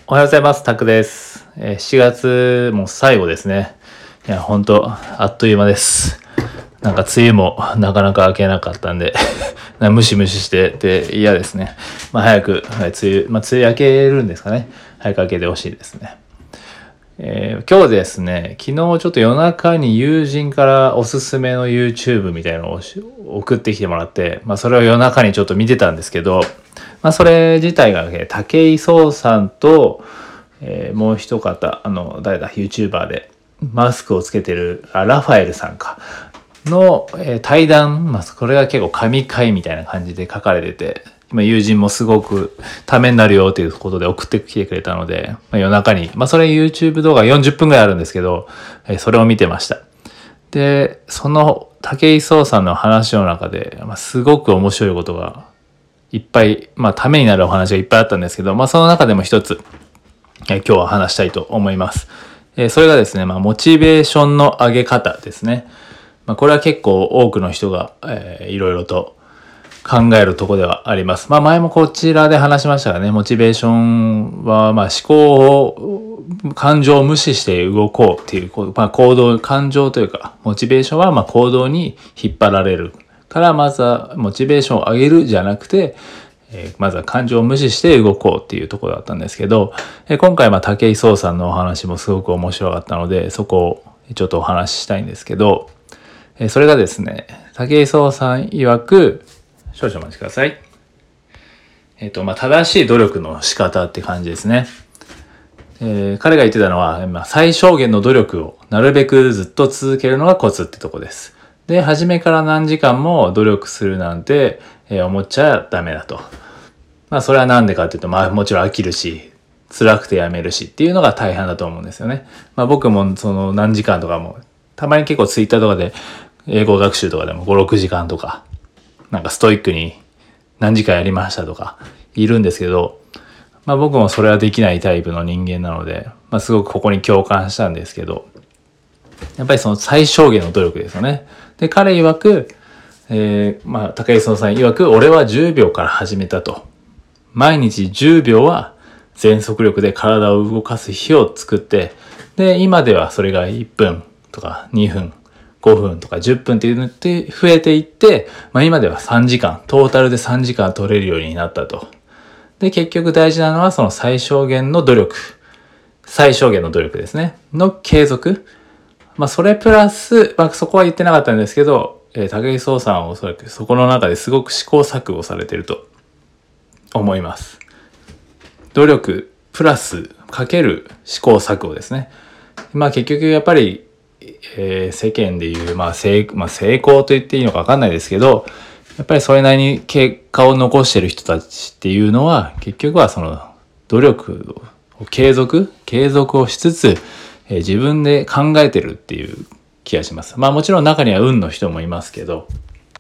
おはようございます。タクです。7月も最後ですね。いや、ほんと、あっという間です。なんか梅雨もなかなか明けなかったんで、ムシムシしてて嫌ですね。早く、梅雨明けるんですかね。早く明けてほしいですね。今日ですね、昨日ちょっと夜中に友人からおすすめの YouTube みたいなのを送ってきてもらって、それを夜中にちょっと見てたんですけど、それ自体が、武井壮さんと、もう一方、誰だ、YouTuber で、マスクをつけてる、ラファエルさんか、の、対談、これが結構神回みたいな感じで書かれてて、友人もすごくためになるよということで送ってきてくれたので、夜中に、それ YouTube 動画40分ぐらいあるんですけど、それを見てました。で、その武井壮さんの話の中で、すごく面白いことがいっぱい、ためになるお話がいっぱいあったんですけど、その中でも一つ、今日は話したいと思います。それがですね、モチベーションの上げ方ですね。これは結構多くの人が、いろいろと考えるところではあります。前もこちらで話しましたがね、モチベーションは、思考を、感情を無視して動こうっていう、行動、感情というか、モチベーションは、行動に引っ張られるから、まずはモチベーションを上げるじゃなくて、まずは感情を無視して動こうっていうところだったんですけど、今回武井壮さんのお話もすごく面白かったので、そこをちょっとお話ししたいんですけど、それがですね、武井壮さん曰く、少々お待ちください。正しい努力の仕方って感じですね。彼が言ってたのは、最小限の努力をなるべくずっと続けるのがコツってとこです。で、初めから何時間も努力するなんて、思っちゃダメだと。それはなんでかっていうと、もちろん飽きるし、辛くてやめるしっていうのが大半だと思うんですよね。僕もその何時間とかも、たまに結構ツイッターとかで英語学習とかでも5、6時間とか、なんかストイックに何時間やりましたとかいるんですけど、僕もそれはできないタイプの人間なので、すごくここに共感したんですけど、やっぱりその最小限の努力ですよね。で、彼曰く、武井壮さん曰く、俺は10秒から始めたと。毎日10秒は全速力で体を動かす日を作って、で、今ではそれが1分とか2分、5分とか10分っていうのって増えていって、今では3時間、トータルで3時間取れるようになったと。で、結局大事なのはその最小限の努力ですね。の継続。それプラス、そこは言ってなかったんですけど、武井壮さんはおそらくそこの中ですごく試行錯誤されていると思います。努力プラスかける試行錯誤ですね。結局やっぱり、世間でいう、成功と言っていいのか分かんないですけど、やっぱりそれなりに結果を残している人たちっていうのは、結局はその努力を継続をしつつ、自分で考えてるっていう気がします。もちろん中には運の人もいますけど、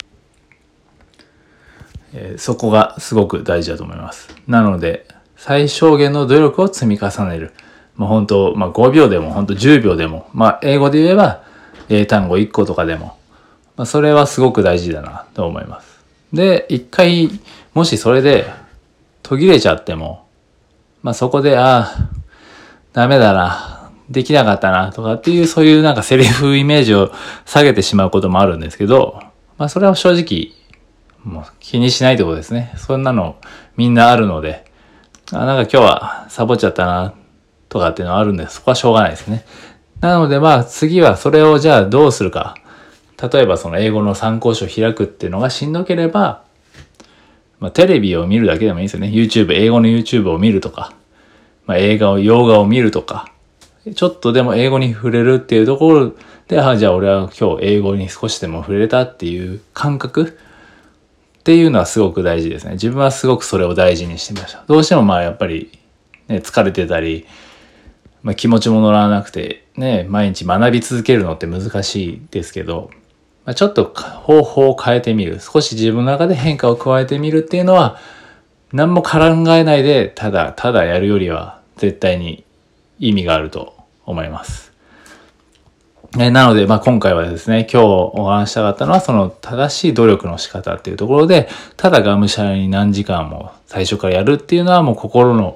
そこがすごく大事だと思います。なので、最小限の努力を積み重ねる。本当、5秒でも、本当10秒でも、英語で言えば、英単語1個とかでも、それはすごく大事だなと思います。で、一回、もしそれで途切れちゃっても、そこで、ダメだな、できなかったな、とかっていう、そういうなんかセリフイメージを下げてしまうこともあるんですけど、それは正直、もう気にしないってことですね。そんなのみんなあるので、なんか今日はサボっちゃったな、とかっていうのはあるんで、そこはしょうがないですね。なので次はそれをじゃあどうするか。例えばその英語の参考書を開くっていうのがしんどければ、テレビを見るだけでもいいですよね。英語の YouTube を見るとか、洋画を見るとか、ちょっとでも英語に触れるっていうところで、じゃあ俺は今日英語に少しでも触れたっていう感覚っていうのはすごく大事ですね。自分はすごくそれを大事にしてました。どうしてもやっぱり、ね、疲れてたり、気持ちも乗らなくて、ね、毎日学び続けるのって難しいですけど、ちょっと方法を変えてみる。少し自分の中で変化を加えてみるっていうのは、何も考えないで、ただやるよりは絶対に意味があると思います。なので、今回はですね、今日お話したかったのは、その正しい努力の仕方っていうところで、ただがむしゃらに何時間も最初からやるっていうのはもう心の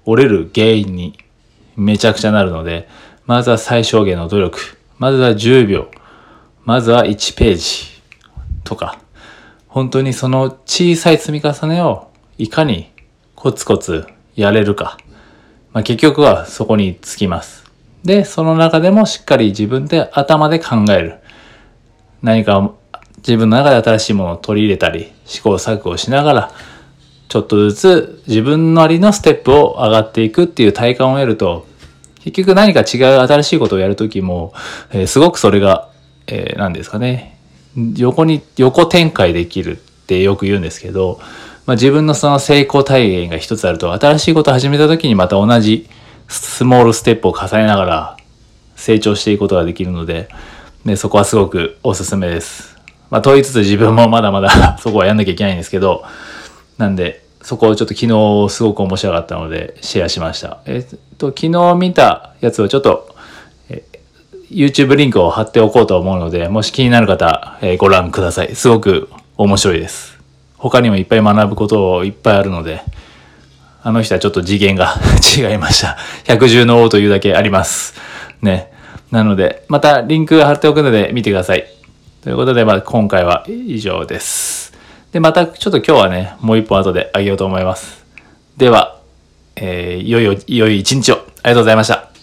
折れる原因にめちゃくちゃなるので、まずは最小限の努力、まずは10秒、まずは1ページとか、本当にその小さい積み重ねをいかにコツコツやれるか。結局はそこにつきます。で、その中でもしっかり自分で頭で考える。何か自分の中で新しいものを取り入れたり、試行錯誤しながら、ちょっとずつ自分なりのステップを上がっていくっていう体感を得ると、結局何か違う新しいことをやるときも、すごくそれが、何ですかね、横展開できるってよく言うんですけど、自分のその成功体験が一つあると、新しいことを始めたときにまた同じスモールステップを重ねながら成長していくことができるので、そこはすごくおすすめです。と言いつつ自分もまだまだそこはやんなきゃいけないんですけど、なんで、そこをちょっと昨日すごく面白かったのでシェアしました。昨日見たやつをちょっと、YouTube リンクを貼っておこうと思うので、もし気になる方、ご覧ください。すごく面白いです。他にもいっぱい学ぶこといっぱいあるので、あの人はちょっと次元が違いました。百獣の王というだけあります。ね。なので、またリンク貼っておくので見てください。ということで、今回は以上です。で、またちょっと今日はね、もう一本後であげようと思います。では、良い一日を。ありがとうございました。